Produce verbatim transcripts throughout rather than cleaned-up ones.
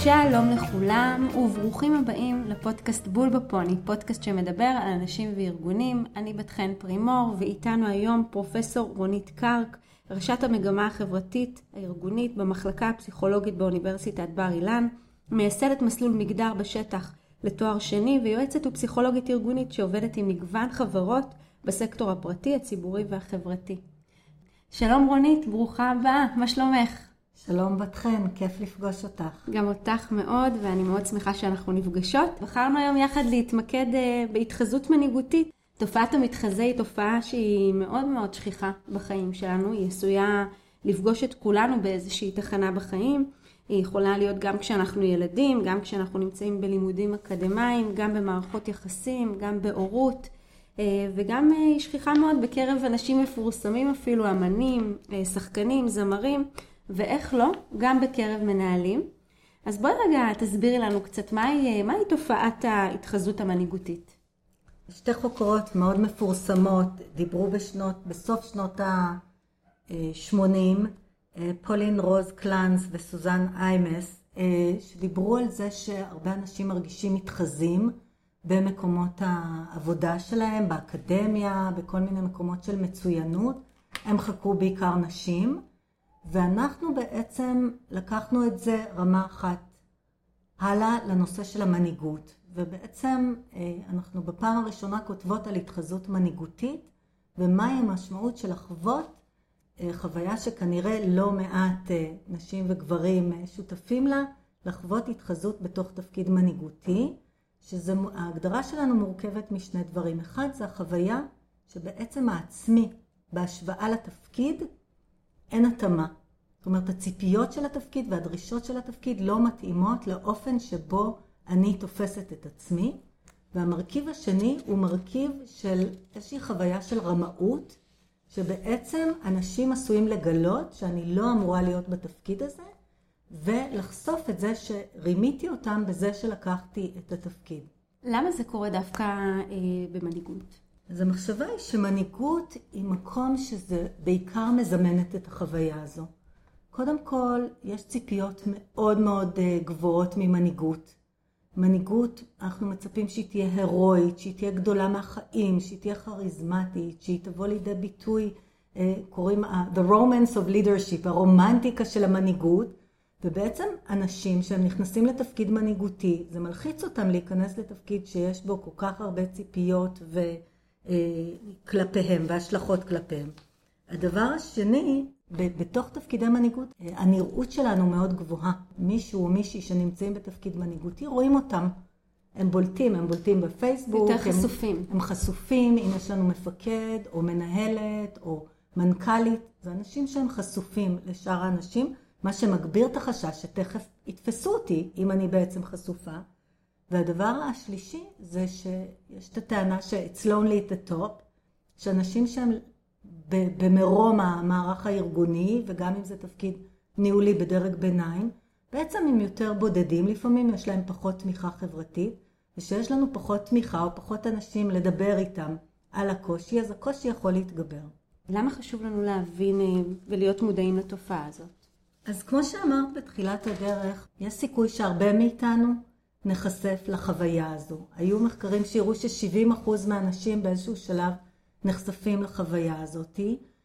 שלום לכולם וברוכים הבאים לפודקאסט בול בפוני, פודקאסט שמדבר על אנשים וארגונים. אני בת חן פרימור ואיתנו היום פרופסור רונית קרק, ראשת המגמה החברתית הארגונית במחלקה הפסיכולוגית באוניברסיטת בר אילן, מייסדת מסלול מגדר בשטח לתואר שני ויועצת ופסיכולוגית ארגונית שעובדת עם מגוון חברות בסקטור הפרטי, הציבורי והחברתי. שלום רונית, ברוכה הבאה, מה שלומך? שלום בת חן, כיף לפגוש אותך. גם אותך מאוד, ואני מאוד שמחה שאנחנו נפגשות. בחרנו היום יחד להתמקד בהתחזות מנהיגותית. תופעת המתחזה היא תופעה שהיא מאוד מאוד שכיחה בחיים שלנו. היא עשויה לפגוש את כולנו באיזושהי תחנה בחיים. היא יכולה להיות גם כשאנחנו ילדים, גם כשאנחנו נמצאים בלימודים אקדמיים, גם במערכות יחסים, גם בהורות. וגם היא שכיחה מאוד בקרב אנשים מפורסמים אפילו, אמנים, שחקנים, זמרים. ואיך לא, גם בקרב מנהלים. אז בואי רגע תסבירי לנו קצת מהי, מהי תופעת ההתחזות המנהיגותית. שתי חוקרות מאוד מפורסמות דיברו בשנות, בסוף שנות ה-שמונים, פולין רוז קלנס וסוזן איימס, שדיברו על זה שהרבה אנשים מרגישים מתחזים במקומות העבודה שלהם, באקדמיה, בכל מיני מקומות של מצוינות. הם חקרו בעיקר נשים. ואנחנו בעצם לקחנו את זה רמה אחת הלאה לנושא של המנהיגות. ובעצם אנחנו בפעם הראשונה כותבות על התחזות מנהיגותית, ומהי המשמעות של לחוות חוויה שכנראה לא מעט נשים וגברים שותפים לה, לחוות התחזות בתוך תפקיד מנהיגותי, שההגדרה שלנו מורכבת משני דברים. אחד זה החוויה שבעצם העצמי בהשוואה לתפקיד, אין התאמה. זאת אומרת, הציפיות של התפקיד והדרישות של התפקיד לא מתאימות לאופן שבו אני תופסת את עצמי. והמרכיב השני הוא מרכיב של איזושהי חוויה של רמאות, שבעצם אנשים עשויים לגלות שאני לא אמורה להיות בתפקיד הזה, ולחשוף את זה שרימיתי אותם בזה שלקחתי את התפקיד. למה זה קורה דווקא אה, במנהיגות? אז המחשבה היא שמנהיגות היא מקום שזה בעיקר מזמנת את החוויה הזו. קודם כל, יש ציפיות מאוד מאוד גבוהות ממנהיגות. מנהיגות, אנחנו מצפים שהיא תהיה הרואית, שהיא תהיה גדולה מהחיים, שהיא תהיה כריזמטית, שהיא תבוא לידי ביטוי, קוראים The Romance of Leadership, הרומנטיקה של המנהיגות, ובעצם אנשים שהם נכנסים לתפקיד מנהיגותי, זה מלחיץ אותם להיכנס לתפקיד שיש בו כל כך הרבה ציפיות ו... כלפיהם והשלכות כלפיהם. הדבר השני, בתוך תפקידי מנהיגות, הנראות שלנו מאוד גבוהה. מישהו או מישהי שנמצאים בתפקיד מנהיגותי, רואים אותם. הם בולטים, הם בולטים בפייסבוק. יותר חשופים. הם, הם חשופים, אם יש לנו מפקד או מנהלת או מנכ"לית. זה אנשים שהם חשופים לשאר האנשים, מה שמגביר את החשש שתכף יתפסו אותי אם אני בעצם חשופה. והדבר השלישי זה שיש את הטענה ש-it's lonely at the top, שאנשים שהם במרום המערך הארגוני, וגם אם זה תפקיד ניהולי בדרג ביניים, בעצם הם יותר בודדים, לפעמים יש להם פחות תמיכה חברתית, ושיש לנו פחות תמיכה או פחות אנשים לדבר איתם על הקושי, אז הקושי יכול להתגבר. למה חשוב לנו להבין ולהיות מודעים לתופעה הזאת? אז כמו שאמרת בתחילת הדרך, יש סיכוי שהרבה מאיתנו נחשף לחוויה הזו. היו מחקרים שהראו ש-שבעים אחוז מהאנשים באיזשהו שלב נחשפים לחוויה הזאת,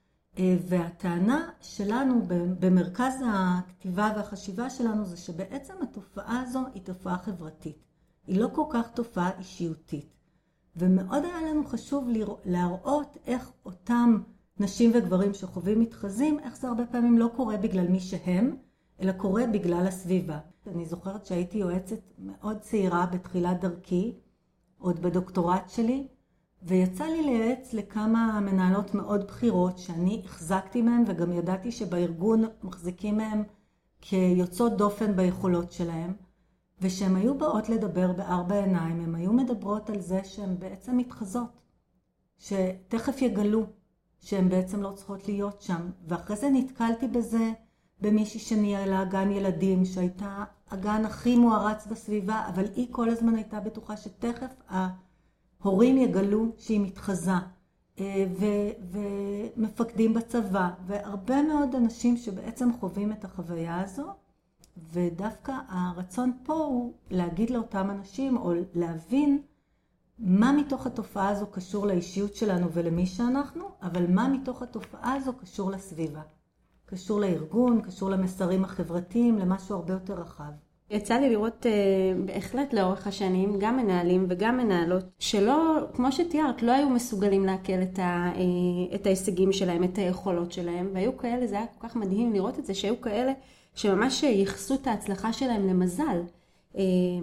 והטענה שלנו במרכז הכתיבה והחשיבה שלנו זה שבעצם התופעה הזו היא תופעה חברתית. היא לא כל כך תופעה אישיותית. ומאוד היה לנו חשוב להראות איך אותם נשים וגברים שחווים מתחזים, איך זה הרבה פעמים לא קורה בגלל מי שהם, אלא קורה בגלל הסביבה. אני זוכרת שהייתי יועצת מאוד צעירה בתחילת דרכי, עוד בדוקטורט שלי, ויצא לי לייעץ לכמה מנהלות מאוד בחירות שאני החזקתי מהם, וגם ידעתי שבארגון מחזיקים מהם כיוצאות דופן ביכולות שלהם, ושהם היו באות לדבר בארבע עיניים, הם היו מדברות על זה שהן בעצם מתחזות, שתכף יגלו שהן בעצם לא צריכות להיות שם, ואחרי זה נתקלתי בזה, במישהי שניהלה גן ילדים, שהייתה הגן הכי מוערץ בסביבה, אבל היא כל הזמן הייתה בטוחה שתכף ההורים יגלו שהיא מתחזה, ו- ומפקדים בצבא, והרבה מאוד אנשים שבעצם חווים את החוויה הזו, ודווקא הרצון פה הוא להגיד לאותם אנשים או להבין מה מתוך התופעה הזו קשור לאישיות שלנו ולמי שאנחנו, אבל מה מתוך התופעה הזו קשור לסביבה. קשור לארגון, קשור למסרים החברתיים, למשהו הרבה יותר רחב. יצא לי לראות uh, בהחלט לאורך השנים, גם מנהלים וגם מנהלות, שלא, כמו שתיארת, לא היו מסוגלים להקל את, ה, uh, את ההישגים שלהם, את היכולות שלהם, והיו כאלה, זה היה כל כך מדהים לראות את זה, שהיו כאלה שממש ייחסו את ההצלחה שלהם למזל, uh,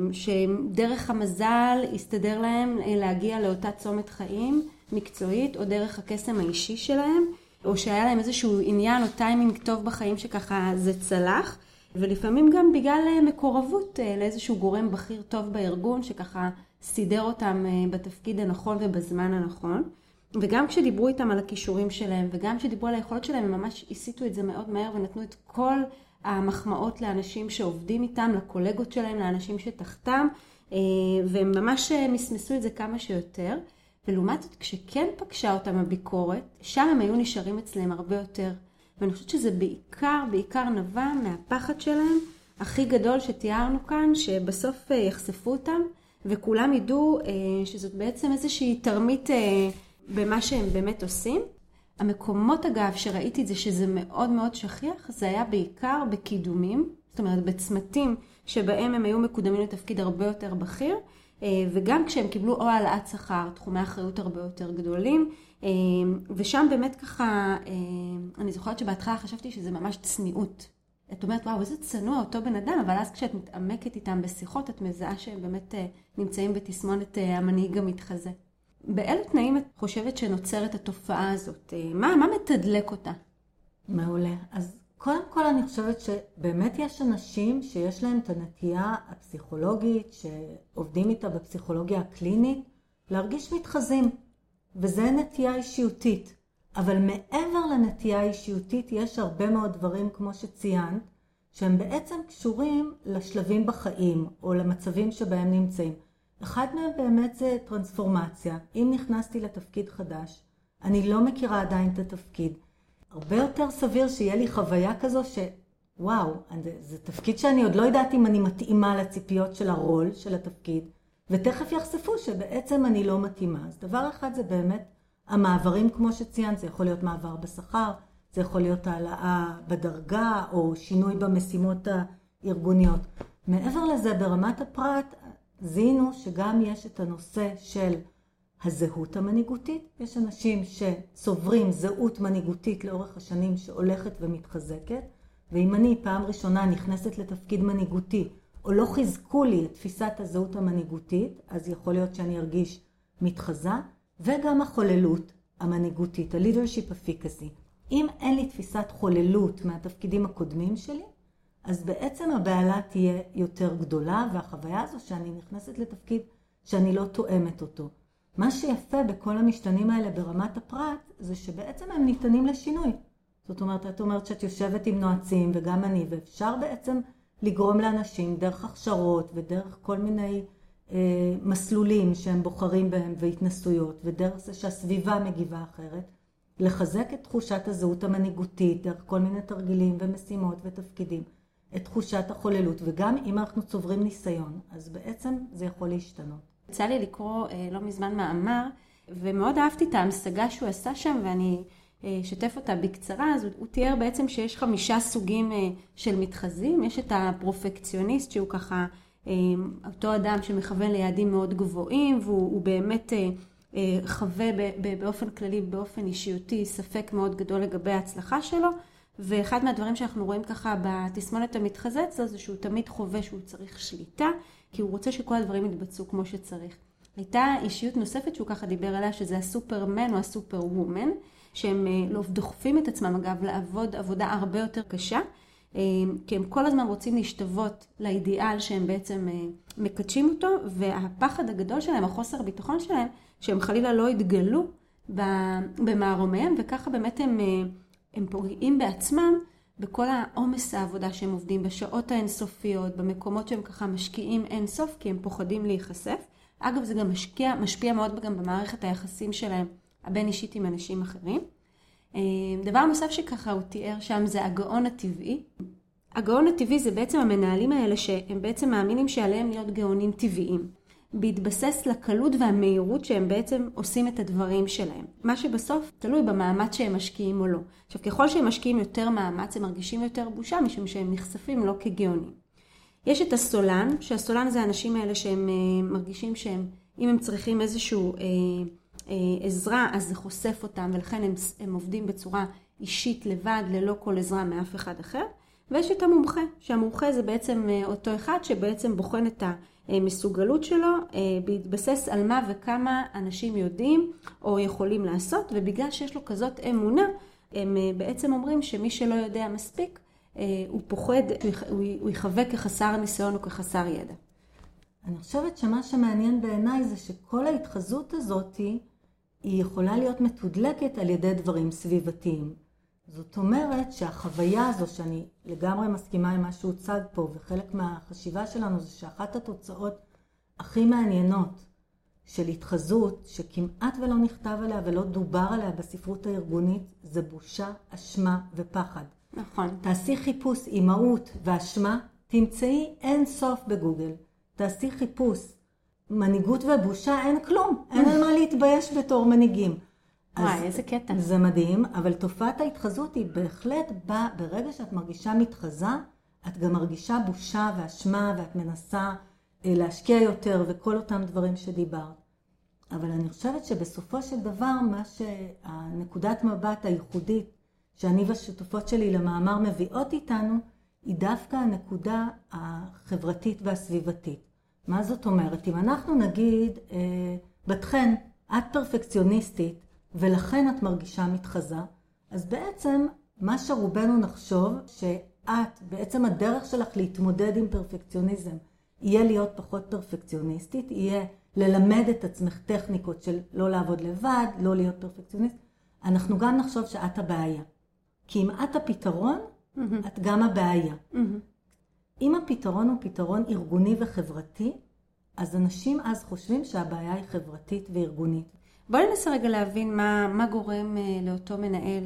שדרך המזל הסתדר להם להגיע לאותה צומת חיים מקצועית, או דרך הקסם האישי שלהם, או שהיה להם איזשהו עניין או טיימינג טוב בחיים שככה זה צלח, ולפעמים גם בגלל מקורבות לאיזשהו גורם בכיר טוב בארגון, שככה סידר אותם בתפקיד הנכון ובזמן הנכון. וגם כשדיברו איתם על הכישורים שלהם, וגם כשדיברו על היכולות שלהם, הם ממש הסיטו את זה מאוד מהר, ונתנו את כל המחמאות לאנשים שעובדים איתם, לקולגות שלהם, לאנשים שתחתם, והם ממש מסמסו את זה כמה שיותר. ולעומת זאת, כשכן פגשה אותם הביקורת, שם הם היו נשארים אצלם הרבה יותר. ואני חושבת שזה בעיקר, בעיקר נבע מהפחד שלהם, הכי גדול שתיארנו כאן, שבסוף יחשפו אותם, וכולם ידעו שזאת בעצם איזושהי תרמית במה שהם באמת עושים. המקומות אגב שראיתי את זה שזה מאוד מאוד שכיח, זה היה בעיקר בקידומים, זאת אומרת בצמתים שבהם הם היו מקודמים לתפקיד הרבה יותר בכיר, וגם כשהם קיבלו או העלאת שכר, תחומי אחריות הרבה יותר גדולים, ושם באמת ככה, אני זוכרת שבהתחלה חשבתי שזה ממש צניעות. את אומרת, וואו, איזה צנוע אותו בן אדם, אבל אז כשאת מתעמקת איתם בשיחות, את מזהה שהם באמת נמצאים בתסמונת המנהיג המתחזה. באילו תנאים את חושבת שנוצרת התופעה הזאת? מה, מה מתדלק אותה? מעולה. אז קודם כל אני חושבת שבאמת יש אנשים שיש להם את הנטייה הפסיכולוגית, שעובדים איתה בפסיכולוגיה הקלינית, להרגיש מתחזים. וזה נטייה אישיותית. אבל מעבר לנטייה האישיותית יש הרבה מאוד דברים, כמו שציינת, שהם בעצם קשורים לשלבים בחיים, או למצבים שבהם נמצאים. אחד מהם באמת זה טרנספורמציה. אם נכנסתי לתפקיד חדש, אני לא מכירה עדיין את התפקיד. הרבה יותר סביר שיהיה לי חוויה כזו שוואו, זה, זה תפקיד שאני עוד לא יודעת אם אני מתאימה לציפיות של הרול, של התפקיד, ותכף יחשפו שבעצם אני לא מתאימה. אז דבר אחד זה באמת המעברים כמו שציינת, זה יכול להיות מעבר בשכר, זה יכול להיות העלאה בדרגה או שינוי במשימות הארגוניות. מעבר לזה, ברמת הפרט, זינו שגם יש את הנושא של הזהות המנהיגותית. יש אנשים שצוברים זהות מנהיגותית לאורך השנים שהולכת ומתחזקת, ואם אני פעם ראשונה נכנסת לתפקיד מנהיגותי, או לא חיזקו לי את תפיסת הזהות המנהיגותית, אז יכול להיות שאני ארגיש מתחזה, וגם החוללות המנהיגותית, ה-leadership efficacy. אם אין לי תפיסת חוללות מהתפקידים הקודמים שלי, אז בעצם הבעלה תהיה יותר גדולה, והחוויה הזו שאני נכנסת לתפקיד שאני לא תואמת אותו. מה שיפה בכל המשתנים האלה ברמת הפרט, זה שבעצם הם ניתנים לשינוי. זאת אומרת, את אומרת שאת יושבת עם נועצים וגם אני, ואפשר בעצם לגרום לאנשים דרך הכשרות ודרך כל מיני אה, מסלולים שהם בוחרים בהם והתנסויות, ודרך זה שהסביבה מגיבה אחרת, לחזק את תחושת הזהות המנהיגותית, דרך כל מיני תרגילים ומשימות ותפקידים, את תחושת החוללות, וגם אם אנחנו צוברים ניסיון, אז בעצם זה יכול להשתנות. יצא לי לקרוא אה, לא מזמן מאמר, ומאוד אהבתי את ההמשגה שהוא עשה שם, ואני אה, שתף אותה בקצרה. אז הוא, הוא תיאר בעצם שיש חמישה סוגים אה, של מתחזים. יש את הפרופקציוניסט, שהוא ככה אה, אותו אדם שמכוון ליעדים מאוד גבוהים, והוא באמת אה, אה, חווה ב, ב, באופן כללי, באופן אישיותי, ספק מאוד גדול לגבי ההצלחה שלו. ואחד מהדברים שאנחנו רואים ככה בתסמונת המתחזית, זה שהוא תמיד חווה שהוא צריך שליטה, כי הוא רוצה שכל הדברים יתבצעו כמו שצריך. הייתה אישיות נוספת שהוא ככה דיבר עליה, שזה הסופרמן או הסופר וומן, שהם לא דוחפים את עצמם אגב לעבוד עבודה הרבה יותר קשה, כי הם כל הזמן רוצים להשתוות לאידיאל שהם בעצם מקדשים אותו, והפחד הגדול שלהם, החוסר ביטחון שלהם, שהם חלילה לא יתגלו במערומיהם, וככה באמת הם, הם פוגעים בעצמם בכל העומס העבודה שהם עובדים, בשעות האינסופיות, במקומות שהם ככה משקיעים אינסוף, כי הם פוחדים להיחשף. אגב, זה גם משקיע, משפיע מאוד גם במערכת היחסים שלהם, הבין אישית עם אנשים אחרים. דבר נוסף שככה הוא תיאר שם זה הגאון הטבעי. הגאון הטבעי זה בעצם המנהלים האלה שהם בעצם מאמינים שעליהם להיות גאונים טבעיים. בהתבסס לקלות והמהירות שהם בעצם עושים את הדברים שלהם. מה שבסוף תלוי במאמץ שהם משקיעים או לא. עכשיו, ככל שהם משקיעים יותר מאמץ, הם מרגישים יותר בושה, משום שהם נחשפים לא כגאונים. יש את הסולן, שהסולן זה האנשים האלה שהם אה, מרגישים שהם, אם הם צריכים איזשהו אה, אה, עזרה, אז זה חושף אותם, ולכן הם, הם עובדים בצורה אישית לבד, ללא כל עזרה מאף אחד אחר. ויש את המומחה, שהמומחה זה בעצם אה, אותו אחד שבעצם בוחן את ה... מסוגלות שלו, בהתבסס על מה וכמה אנשים יודעים או יכולים לעשות, ובגלל שיש לו כזאת אמונה, הם בעצם אומרים שמי שלא יודע מספיק, הוא פוחד, הוא יחווה כחסר ניסיון או כחסר ידע. אני חושבת שמה שמעניין בעיניי זה שכל ההתחזות הזאת היא יכולה להיות מתודלקת על ידי דברים סביבתיים. זאת אומרת שהחוויה הזו, שאני לגמרי מסכימה עם מה שהוצג פה, וחלק מהחשיבה שלנו זה שאחת התוצאות הכי מעניינות של התחזות, שכמעט ולא נכתב עליה ולא דובר עליה בספרות הארגונית, זה בושה, אשמה ופחד. נכון. תעשי חיפוש אימהות ואשמה, תמצאי אין סוף בגוגל. תעשי חיפוש מנהיגות ובושה, אין כלום. אין על מה להתבייש בתור מנהיגים. וואי, איזה קטע. זה מדהים, אבל תופעת ההתחזות היא בהחלט באה, ברגע שאת מרגישה מתחזה, את גם מרגישה בושה ואשמה, ואת מנסה להשקיע יותר, וכל אותם דברים שדיברת. אבל אני חושבת שבסופו של דבר, מה שהנקודת מבט הייחודית, שאני והשותפות שלי למאמר מביאות איתנו, היא דווקא הנקודה החברתית והסביבתית. מה זאת אומרת? אם אנחנו נגיד, בתכן, את פרפקציוניסטית, ולכן את מרגישה מתחזה, אז בעצם מה שרובנו נחשוב, שאת, בעצם הדרך שלך להתמודד עם פרפקציוניזם, יהיה להיות פחות פרפקציוניסטית, יהיה ללמד את עצמך טכניקות של לא לעבוד לבד, לא להיות פרפקציוניסט, אנחנו גם נחשוב שאת הבעיה. כי אם את הפתרון, mm-hmm. את גם הבעיה. Mm-hmm. אם הפתרון הוא פתרון ארגוני וחברתי, אז אנשים אז חושבים שהבעיה היא חברתית וארגונית. בואי ננסה רגע להבין מה, מה גורם לאותו מנהל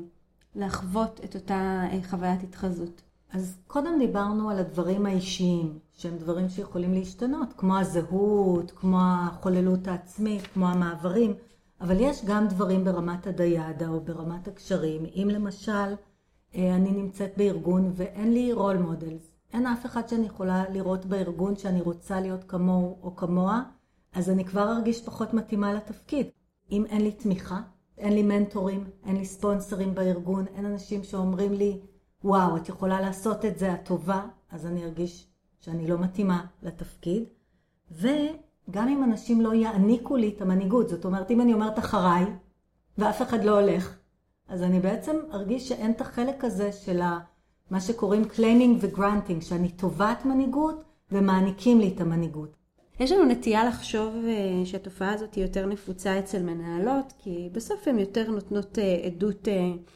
לחוות את אותה חוויית התחזות. אז קודם דיברנו על הדברים האישיים, שהם דברים שיכולים להשתנות, כמו הזהות, כמו החוללות העצמית, כמו המעברים, אבל יש גם דברים ברמת הדיאדה או ברמת הקשרים. אם למשל אני נמצאת בארגון ואין לי רול מודלס, אין אף אחד שאני יכולה לראות בארגון שאני רוצה להיות כמוהו או כמוה, אז אני כבר ארגיש פחות מתאימה לתפקיד. אם אין לי תמיכה, אין לי מנטורים, אין לי ספונסרים בארגון, אין אנשים שאומרים לי, וואו, את יכולה לעשות את זה, את טובה, אז אני ארגיש שאני לא מתאימה לתפקיד. וגם אם אנשים לא יעניקו לי את המנהיגות, זאת אומרת, אם אני אומרת אחריי, ואף אחד לא הולך, אז אני בעצם ארגיש שאין את החלק הזה של מה שקוראים claiming ו-granting, שאני טובת מנהיגות ומעניקים לי את המנהיגות. יש לנו נטייה לחשוב שהתופעה הזאת היא יותר נפוצה אצל מנהלות, כי בסוף הן יותר נותנות עדות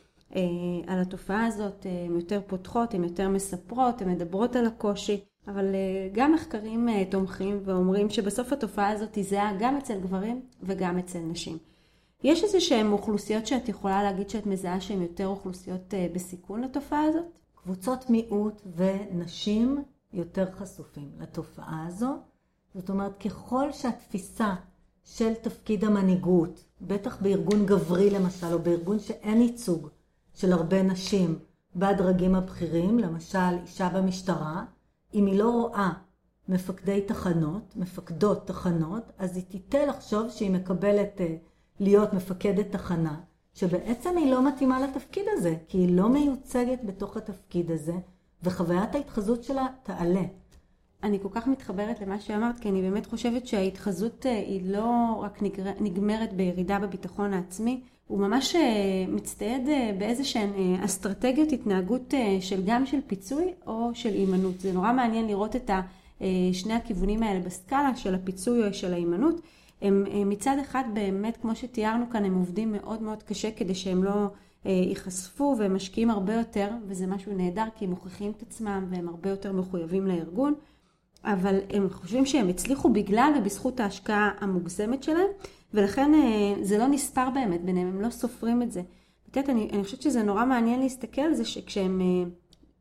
על התופעה הזאת, הן יותר פותחות, הן יותר מספרות, הן מדברות על הקושי, אבל גם מחקרים תומכים ואומרים שבסוף התופעה הזאת היא זהה גם אצל גברים וגם אצל נשים. יש איזה שהן אוכלוסיות שאת יכולה להגיד שאת מזהה שהן יותר אוכלוסיות בסיכון לתופעה הזאת? קבוצות מיעוט ונשים יותר חשופים לתופעה הזו. זאת אומרת, ככל שהתפיסה של תפקיד המנהיגות, בטח בארגון גברי למשל, או בארגון שאין ייצוג של הרבה נשים בדרגים הבכירים, למשל אישה במשטרה, אם היא לא רואה מפקדי תחנות, מפקדות תחנות, אז היא תיתה לחשוב שהיא מקבלת להיות מפקדת תחנה, שבעצם היא לא מתאימה לתפקיד הזה, כי היא לא מיוצגת בתוך התפקיד הזה, וחוויית ההתחזות שלה תעלה. אני כל כך מתחברת למה שאמרת, כי אני באמת חושבת שההתחזות היא לא רק נגמרת בירידה בביטחון העצמי, הוא ממש מצטייד באיזשהן אסטרטגיות התנהגות של גם של פיצוי או של אימנות. זה נורא מעניין לראות את שני הכיוונים האלה בסקאלה של הפיצוי או של האימנות. הם מצד אחד באמת, כמו שתיארנו כאן, הם עובדים מאוד מאוד קשה כדי שהם לא ייחשפו והם משקיעים הרבה יותר, וזה משהו נהדר כי הם מוכיחים את עצמם והם הרבה יותר מחויבים לארגון. אבל הם חושבים שהם הצליחו בגלל ובזכות ההשקעה המוגזמת שלהם, ולכן זה לא נספר באמת ביניהם, הם לא סופרים את זה. בתת, אני, אני חושבת שזה נורא מעניין להסתכל על זה, שכשהם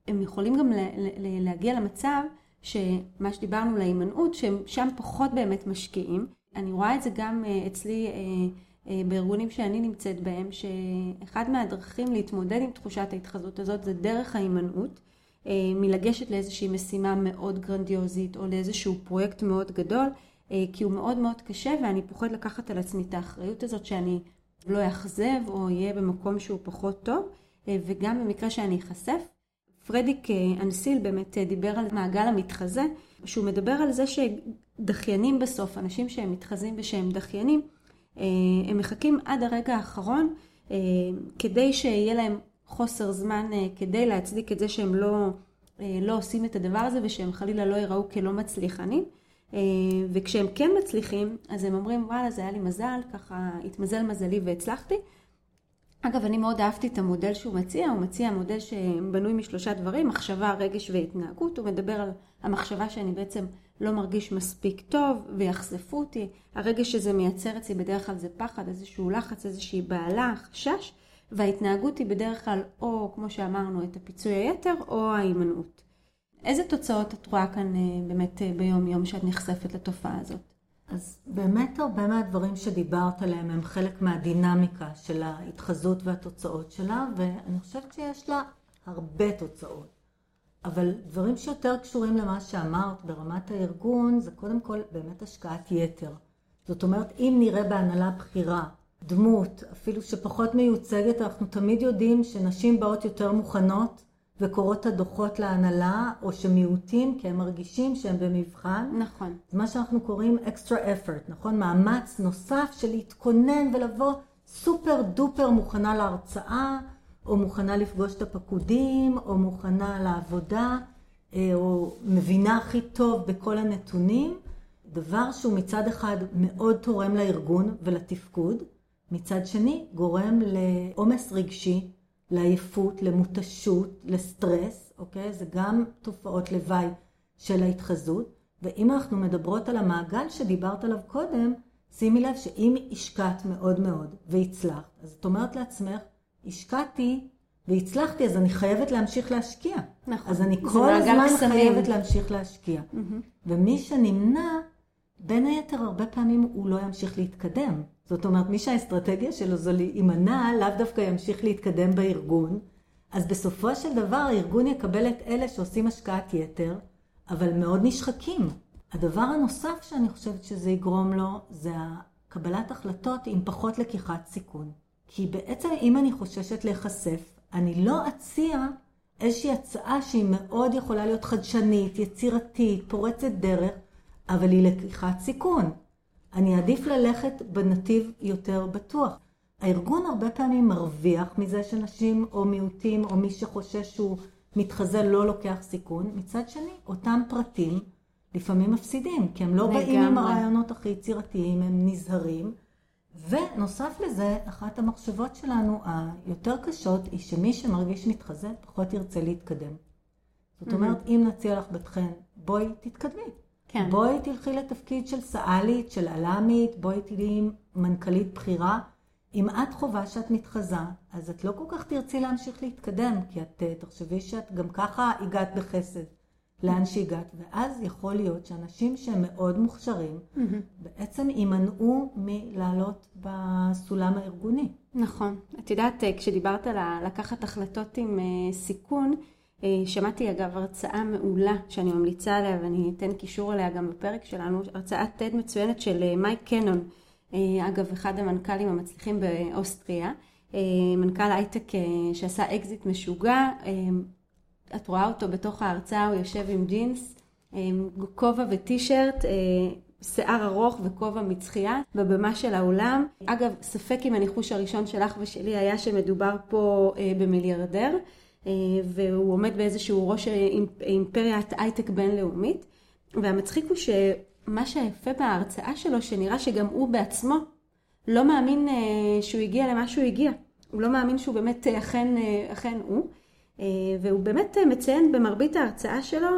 הם יכולים גם להגיע למצב שמה שדיברנו להימנעות, שהם שם פחות באמת משקיעים. אני רואה את זה גם אצלי בארגונים שאני נמצאת בהם, שאחד מהדרכים להתמודד עם תחושת ההתחזות הזאת זה דרך ההימנעות, מלגשת לאיזושהי משימה מאוד גרנדיוזית או לאיזשהו פרויקט מאוד גדול, כי הוא מאוד מאוד קשה ואני פוחד לקחת על עצמי את האחריות הזאת שאני לא אחזב או יהיה במקום שהוא פחות טוב, וגם במקרה שאני אחשף. פרדיק אנסיל באמת דיבר על מעגל המתחזה, שהוא מדבר על זה שדחיינים בסוף, אנשים שהם מתחזים ושהם דחיינים, הם מחכים עד הרגע האחרון כדי שיהיה להם חוסר זמן כדי להצדיק את זה שהם לא, לא עושים את הדבר הזה ושהם חלילה לא יראו כלא מצליחנים. וכשהם כן מצליחים, אז הם אומרים, וואלה, זה היה לי מזל, ככה התמזל מזלי והצלחתי. אגב, אני מאוד אהבתי את המודל שהוא מציע, הוא מציע מודל שבנוי משלושה דברים, מחשבה, רגש והתנהגות. הוא מדבר על המחשבה שאני בעצם לא מרגיש מספיק טוב ויחשפו אותי. הרגש שזה מייצר אצלי בדרך כלל זה פחד, איזשהו לחץ, איזושהי בעלה, חשש. וההתנהגות היא בדרך כלל או, כמו שאמרנו, את הפיצוי היתר או ההימנעות. איזה תוצאות את רואה כאן באמת ביום יום שאת נחשפת לתופעה הזאת? אז באמת הרבה מהדברים שדיברת עליהם הם חלק מהדינמיקה של ההתחזות והתוצאות שלה, ואני חושבת שיש לה הרבה תוצאות. אבל דברים שיותר קשורים למה שאמרת ברמת הארגון, זה קודם כל באמת השקעת יתר. זאת אומרת, אם נראה בהנהלה בחירה, דמות, אפילו שפחות מיוצגת, אנחנו תמיד יודעים שנשים באות יותר מוכנות וקורות הדוחות להנהלה, או שמיעוטים, כי הם מרגישים שהם במבחן. נכון. זה מה שאנחנו קוראים extra effort, נכון? מאמץ נוסף של להתכונן ולבוא סופר דופר מוכנה להרצאה, או מוכנה לפגוש את הפקודים, או מוכנה לעבודה, או מבינה הכי טוב בכל הנתונים. דבר שהוא מצד אחד מאוד תורם לארגון ולתפקוד, מצד שני גורם לעומס רגשי, לעייפות, למותשות, לסטרס, אוקיי? זה גם תופעות לוואי של ההתחזות. ואם אנחנו מדברות על המעגל שדיברת עליו קודם, שימי לב שאם השקעת מאוד מאוד והצלחת, אז את אומרת לעצמך, השקעתי והצלחתי, אז אני חייבת להמשיך להשקיע. נכון. אז אני כל הזמן חייבת להמשיך להשקיע. Mm-hmm. ומי שנמנע, בין היתר הרבה פעמים הוא לא ימשיך להתקדם. זאת אומרת, מי שהאסטרטגיה שלו זו להימנע, לאו דווקא ימשיך להתקדם בארגון. אז בסופו של דבר הארגון יקבל את אלה שעושים השקעת יתר, אבל מאוד נשחקים. הדבר הנוסף שאני חושבת שזה יגרום לו, זה קבלת החלטות עם פחות לקיחת סיכון. כי בעצם אם אני חוששת להיחשף, אני לא אציע איזושהי הצעה שהיא מאוד יכולה להיות חדשנית, יצירתית, פורצת דרך, אבל היא לקיחת סיכון. אני עדיף ללכת בנתיב יותר בטוח. הארגון הרבה פעמים מרוויח מזה שנשים או מיעוטים או מי שחושש שהוא מתחזה לא לוקח סיכון. מצד שני, אותם פרטים לפעמים מפסידים, כי הם לא לגמרי. באים עם הרעיונות הכי יצירתיים, הם נזהרים. ונוסף לזה, אחת המחשבות שלנו היותר קשות היא שמי שמרגיש מתחזה פחות ירצה להתקדם. זאת אומרת, mm-hmm. אם נציע לך בתכן, בואי תתקדמי. כן. בואי תלכי לתפקיד של סאלית, של אלמית, בואי תהיי מנכ"לית בחירה. אם את חובה שאת מתחזה, אז את לא כל כך תרצי להמשיך להתקדם, כי את תחשבי שאת גם ככה הגעת בחסד לאן שהגעת, ואז יכול להיות שאנשים שהם מאוד מוכשרים, mm-hmm. בעצם יימנעו מלעלות בסולם הארגוני. נכון. את יודעת, כשדיברת על לקחת החלטות עם סיכון, שמעתי אגב הרצאה מעולה שאני ממליצה עליה, ואני אתן קישור עליה גם בפרק שלנו, הרצאת TED מצוינת של מייק קנון, אגב אחד המנכ"לים המצליחים באוסטריה, מנכ"ל הייטק שעשה אקזיט משוגע. את רואה אותו בתוך ההרצאה, הוא יושב עם ג'ינס, כובע וטישרט, שיער ארוך וכובע מצחייה בבמה של האולם. אגב, ספק אם הניחוש הראשון שלך ושלי היה שמדובר פה במיליארדר, והוא עומד באיזשהו ראש אימפריית הייטק בינלאומית. והמצחיק הוא שמה שיפה בהרצאה שלו, שנראה שגם הוא בעצמו לא מאמין שהוא הגיע למה שהוא הגיע. הוא לא מאמין שהוא באמת אכן, אכן הוא. והוא באמת מציין במרבית ההרצאה שלו,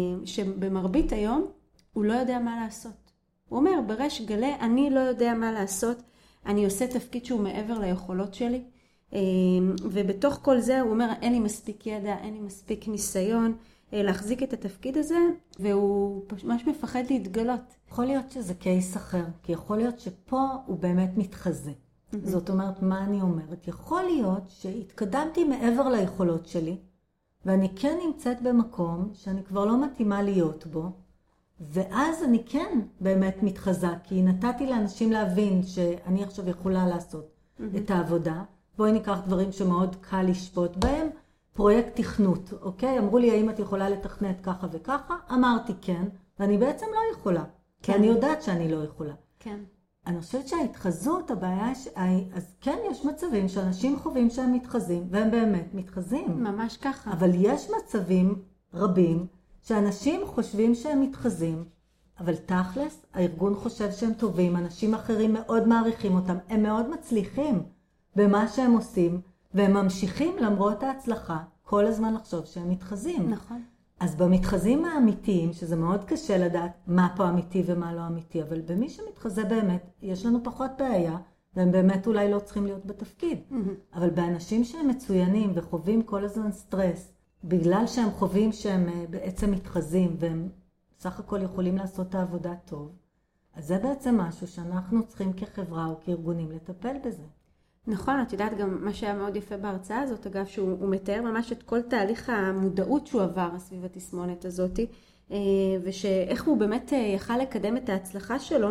שבמרבית היום הוא לא יודע מה לעשות. הוא אומר, בריש גלי, אני לא יודע מה לעשות, אני עושה תפקיד שהוא מעבר ליכולות שלי, ובתוך כל זה הוא אומר, אין לי מספיק ידע, אין לי מספיק ניסיון להחזיק את התפקיד הזה, והוא ממש מפחד להתגלות. יכול להיות שזה קייס אחר, כי יכול להיות שפה הוא באמת מתחזה. Mm-hmm. זאת אומרת, מה אני אומרת? יכול להיות שהתקדמתי מעבר ליכולות שלי, ואני כן נמצאת במקום שאני כבר לא מתאימה להיות בו, ואז אני כן באמת מתחזה, כי נתתי לאנשים להבין שאני עכשיו יכולה לעשות mm-hmm. את העבודה. בואי ניקח דברים שמאוד קל לשפוט בהם, פרויקט תכנות, אוקיי? אמרו לי, האם את יכולה לתכנת ככה וככה? אמרתי כן, ואני בעצם לא יכולה, כן. כי אני יודעת שאני לא יכולה. כן. אני חושבת שההתחזות, הבעיה, ש... אז כן יש מצבים שאנשים חווים שהם מתחזים, והם באמת מתחזים. ממש ככה. אבל יש מצבים רבים שאנשים חושבים שהם מתחזים, אבל תכלס, הארגון חושב שהם טובים, אנשים אחרים מאוד מעריכים אותם, הם מאוד מצליחים במה שהם עושים, והם ממשיכים למרות ההצלחה כל הזמן לחשוב שהם מתחזים. נכון. אז במתחזים האמיתיים, שזה מאוד קשה לדעת מה פה אמיתי ומה לא אמיתי, אבל במי שמתחזה באמת, יש לנו פחות בעיה, והם באמת אולי לא צריכים להיות בתפקיד. Mm-hmm. אבל באנשים שהם מצוינים וחווים כל הזמן סטרס, בגלל שהם חווים שהם בעצם מתחזים, והם סך הכל יכולים לעשות את העבודה טוב, אז זה בעצם משהו שאנחנו צריכים כחברה או כארגונים לטפל בזה. נכון, את יודעת גם מה שהיה מאוד יפה בהרצאה הזאת, אגב, שהוא מתאר ממש את כל תהליך המודעות שהוא עבר סביב התסמונת הזאת, ושאיך הוא באמת יכל לקדם את ההצלחה שלו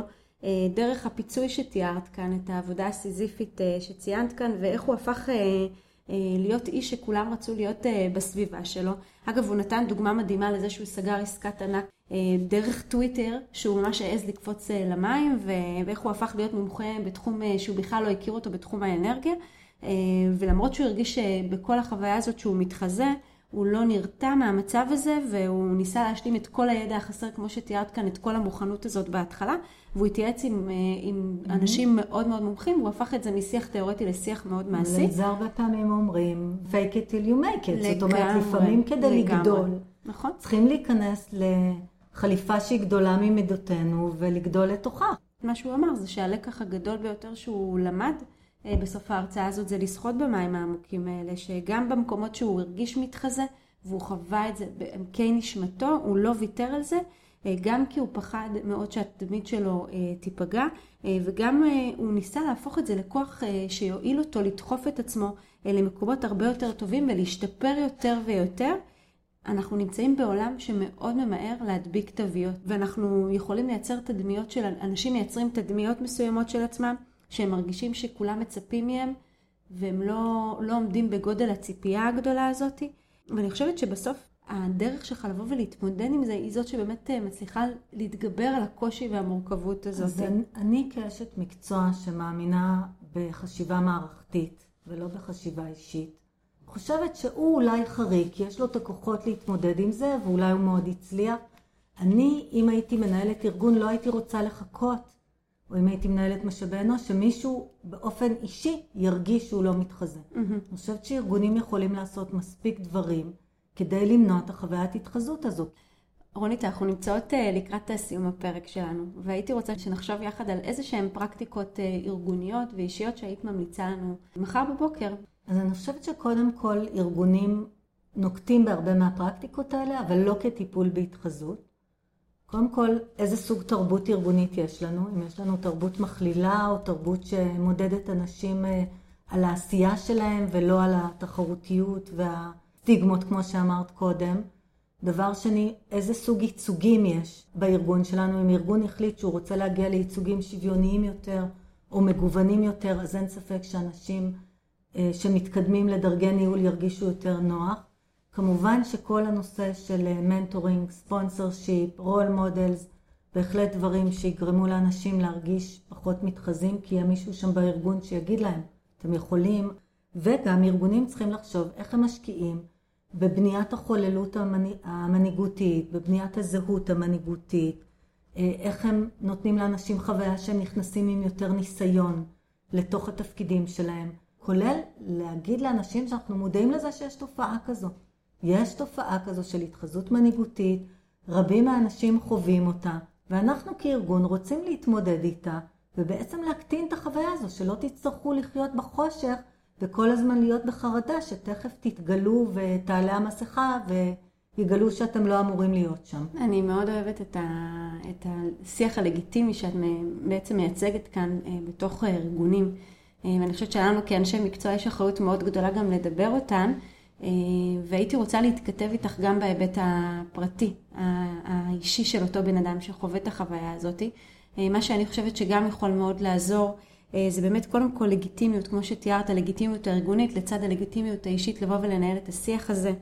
דרך הפיצוי שתיארת כאן, את העבודה הסיזיפית שציינת כאן, ואיך הוא הפך להיות איש שכולם רצו להיות בסביבה שלו. אגב, הוא נתן דוגמה מדהימה לזה שהוא סגר עסקת ענק דרך טוויטר, שהוא ממש העז לקפוץ למים, ואיך הוא הפך להיות מומחה בתחום שהוא בכלל לא הכיר אותו בתחום האנרגיה, ולמרות שהוא הרגיש שבכל החוויה הזאת שהוא מתחזה, הוא לא נרתע מהמצב הזה, והוא ניסה להשלים את כל הידע החסר, כמו שתיארת כאן, את כל המוכנות הזאת בהתחלה, והוא התייעץ עם, עם mm-hmm. אנשים מאוד מאוד מומחים, הוא הפך את זה משיח תיאורטי לשיח מאוד מעשי. זה הרבה פעמים אומרים, fake it till you make it, לגמרי, זאת אומרת, לפעמים כדי לגמרי. לגדול, נכון? צריכים להיכנס לחליפה שהיא גדולה ממידותינו, ולגדול לתוכה. מה שהוא אמר זה שהלקח הגדול ביותר שהוא למד, בסוף ההרצאה הזאת זה לשחות במים העמוקים האלה, שגם במקומות שהוא הרגיש מתחזה, והוא חווה את זה בעמקי נשמתו, הוא לא ויתר על זה, גם כי הוא פחד מאוד שהתדמית שלו תיפגע, וגם הוא ניסה להפוך את זה לכוח שיועיל אותו לדחוף את עצמו למקומות הרבה יותר טובים ולהשתפר יותר ויותר. אנחנו נמצאים בעולם שמאוד ממהר להדביק תוויות, ואנחנו יכולים לייצר תדמיות של אנשים מייצרים תדמיות מסוימות של עצמם, שהם מרגישים שכולם מצפים מהם, והם לא, לא עומדים בגודל הציפייה הגדולה הזאת. ואני חושבת שבסוף הדרך שלך לבוא ולהתמודד עם זה, היא זאת שבאמת מצליחה להתגבר על הקושי והמורכבות הזאת. אז אני כאשת מקצוע שמאמינה בחשיבה מערכתית, ולא בחשיבה אישית, חושבת שהוא אולי חריג, כי יש לו את הכוחות להתמודד עם זה, ואולי הוא מאוד הצליח. אני, אם הייתי מנהלת ארגון, לא הייתי רוצה לחכות, או אם הייתי מנהלת משאבי אנוש, שמישהו באופן אישי ירגיש שהוא לא מתחזה. Mm-hmm. אני חושבת שארגונים יכולים לעשות מספיק דברים כדי למנוע את החוויית התחזות הזו. רונית, אנחנו נמצאות לקראת סיום הפרק שלנו, והייתי רוצה שנחשוב יחד על איזה שהן פרקטיקות ארגוניות ואישיות שהיית ממליצה לנו מחר בבוקר. אז אני חושבת שקודם כל ארגונים נוקטים בהרבה מהפרקטיקות האלה, אבל לא כטיפול בהתחזות. קודם כל, איזה סוג תרבות ארגונית יש לנו? אם יש לנו תרבות מכלילה או תרבות שמודדת אנשים על העשייה שלהם ולא על התחרותיות והסטיגמות, כמו שאמרת קודם. דבר שני, איזה סוג ייצוגים יש בארגון שלנו? אם ארגון החליט שהוא רוצה להגיע לייצוגים שוויוניים יותר או מגוונים יותר, אז אין ספק שאנשים שמתקדמים לדרגי ניהול ירגישו יותר נוח. כמובן שכל הנושא של מנטורינג, ספונסרשיפ, רול מודלס, בהחלט דברים שיגרמו לאנשים להרגיש פחות מתחזים, כי יהיה מישהו שם בארגון שיגיד להם, אתם יכולים, וגם ארגונים צריכים לחשוב איך הם משקיעים בבניית החוללות המנהיגותית, בבניית הזהות המנהיגותית, איך הם נותנים לאנשים חוויה שהם נכנסים עם יותר ניסיון לתוך התפקידים שלהם, כולל להגיד לאנשים שאנחנו מודעים לזה שיש תופעה כזו. יש תופעה כזו של התחזות מנהיגותית, רבים מהאנשים חווים אותה, ואנחנו כארגון רוצים להתמודד איתה, ובעצם להקטין את החוויה הזו, שלא תצטרכו לחיות בחושך וכל הזמן להיות בחרדה שתכף תתגלו ותעלה המסכה ויגלו שאתם לא אמורים להיות שם. אני מאוד אוהבת את, ה... את השיח הלגיטימי שאת בעצם מייצגת כאן בתוך הארגונים. ואני חושבת שלנו כאנשי מקצוע יש אחריות מאוד גדולה גם לדבר אותן, והייתי רוצה להתכתב איתך גם בהיבט הפרטי, האישי של אותו בן אדם שחווה את החוויה הזאת. מה שאני חושבת שגם יכול מאוד לעזור, זה באמת קודם כל לגיטימיות, כמו שתיארת, הלגיטימיות הארגונית, לצד הלגיטימיות האישית, לבוא ולנהל את השיח הזה,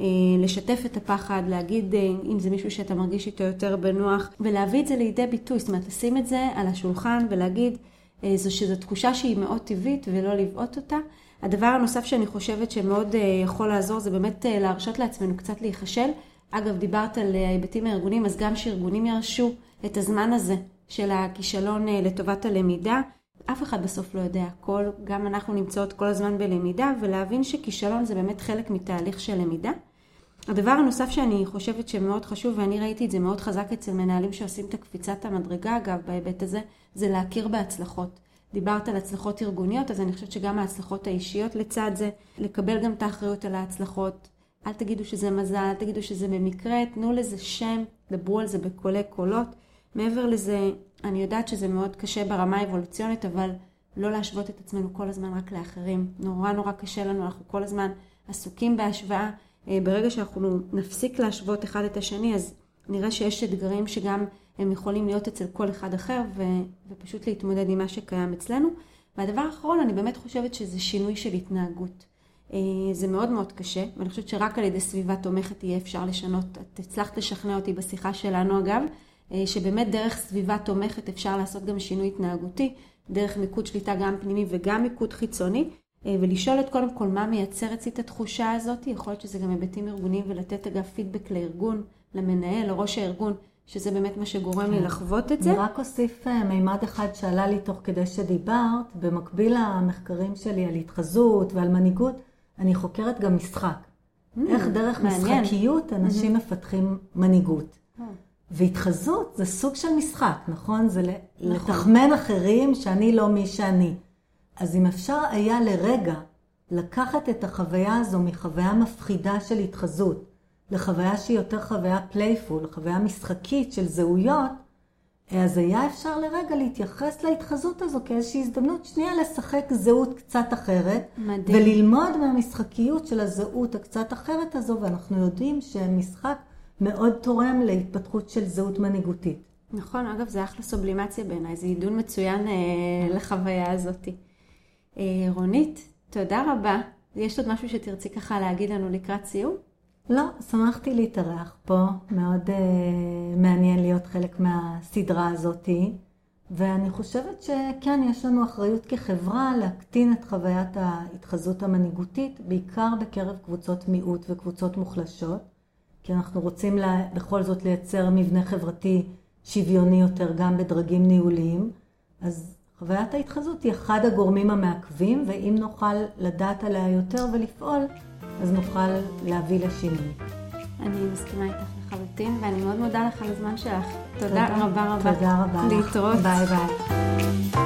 לשתף את הפחד, להגיד אם זה מישהו שאתה מרגיש איתו יותר בנוח, ולהביא את זה לידי ביטוי, זאת אומרת, לשים את זה על השולחן ולהגיד, זו שזו תחושה שהיא מאוד טבעית ולא לבעוט אותה. הדבר הנוסף שאני חושבת שמאוד יכול לעזור, זה באמת להרשות לעצמנו קצת להיחשל. אגב, דיברת על ההיבטים הארגונים, אז גם שארגונים ירשו את הזמן הזה של הכישלון לטובת הלמידה. אף אחד בסוף לא יודע הכל, גם אנחנו נמצאות כל הזמן בלמידה, ולהבין שכישלון זה באמת חלק מתהליך של למידה. הדבר הנוסף שאני חושבת שמאוד חשוב, ואני ראיתי את זה מאוד חזק אצל מנהלים שעושים את הקפיצת המדרגה, אגב, בהיבט הזה, זה להכיר בהצלחות. דיברת על הצלחות ארגוניות, אז אני חושבת שגם ההצלחות האישיות לצד זה, לקבל גם את האחריות על ההצלחות. אל תגידו שזה מזל, אל תגידו שזה במקרה, תנו לזה שם, דברו על זה בקולי קולות. מעבר לזה, אני יודעת שזה מאוד קשה ברמה האבולוציונית, אבל לא להשוות את עצמנו כל הזמן רק לאחרים. נורא נורא קשה לנו, אנחנו כל הזמן עסוקים בהשוואה. ברגע שאנחנו נפסיק להשוות אחד את השני, אז נראה שיש אתגרים שגם הם יכולים להיות אצל כל אחד אחר, ו... ופשוט להתמודד עם מה שקיים אצלנו. והדבר האחרון, אני באמת חושבת שזה שינוי של התנהגות. זה מאוד מאוד קשה, ואני חושבת שרק על ידי סביבה תומכת יהיה אפשר לשנות. את הצלחת לשכנע אותי בשיחה שלנו אגב, שבאמת דרך סביבה תומכת אפשר לעשות גם שינוי התנהגותי, דרך מיקוד שליטה גם פנימי וגם מיקוד חיצוני, ולשאול את קודם כל מה מייצר אצלי את התחושה הזאת. יכול להיות שזה גם היבטים ארגוניים, ולתת אגב פידבק לארגון, למנהל, לראש הארגון, שזה באמת מה שגורם לי לחוות את זה. אני רק אוסיף מימד אחד שעלה לי תוך כדי שדיברת, במקביל למחקרים שלי על התחזות ועל מנהיגות, אני חוקרת גם משחק. איך דרך משחקיות אנשים מפתחים מנהיגות. והתחזות זה סוג של משחק, נכון? זה לתחמן אחרים שאני לא מי שאני. אז אם אפשר היה לרגע לקחת את החוויה הזו מחוויה מפחידה של התחזות, לחוויה שהיא יותר חוויה פלייפול, חוויה משחקית של זהויות, אז היה אפשר לרגע להתייחס להתחזות הזו כאיזושהי הזדמנות שנייה לשחק זהות קצת אחרת, מדהים. וללמוד מהמשחקיות של הזהות הקצת אחרת הזו, ואנחנו יודעים שמשחק מאוד תורם להתפתחות של זהות מנהיגותית. נכון, אגב זה אחלה סובלימציה בעיניי, זה עידון מצוין אה, לחוויה הזאת. אה, רונית, תודה רבה. יש עוד משהו שתרצי ככה להגיד לנו לקראת סיום? לא, שמחתי להתארח פה, מאוד uh, מעניין להיות חלק מהסדרה הזאת, ואני חושבת שכן, יש לנו אחריות כחברה להקטין את חוויית ההתחזות המנהיגותית, בעיקר בקרב קבוצות מיעוט וקבוצות מוחלשות, כי אנחנו רוצים לה, בכל זאת לייצר מבנה חברתי שוויוני יותר גם בדרגים ניהוליים, אז חוויית ההתחזות היא אחד הגורמים המעכבים, ואם נוכל לדעת עליה יותר ולפעול, אז נוכל להביא לשינוי. אני מסכימה איתך לחלוטין, ואני מאוד מודה לך על הזמן שלך. תודה, תודה רבה רבה. תודה רבה. להתראות. ביי ביי.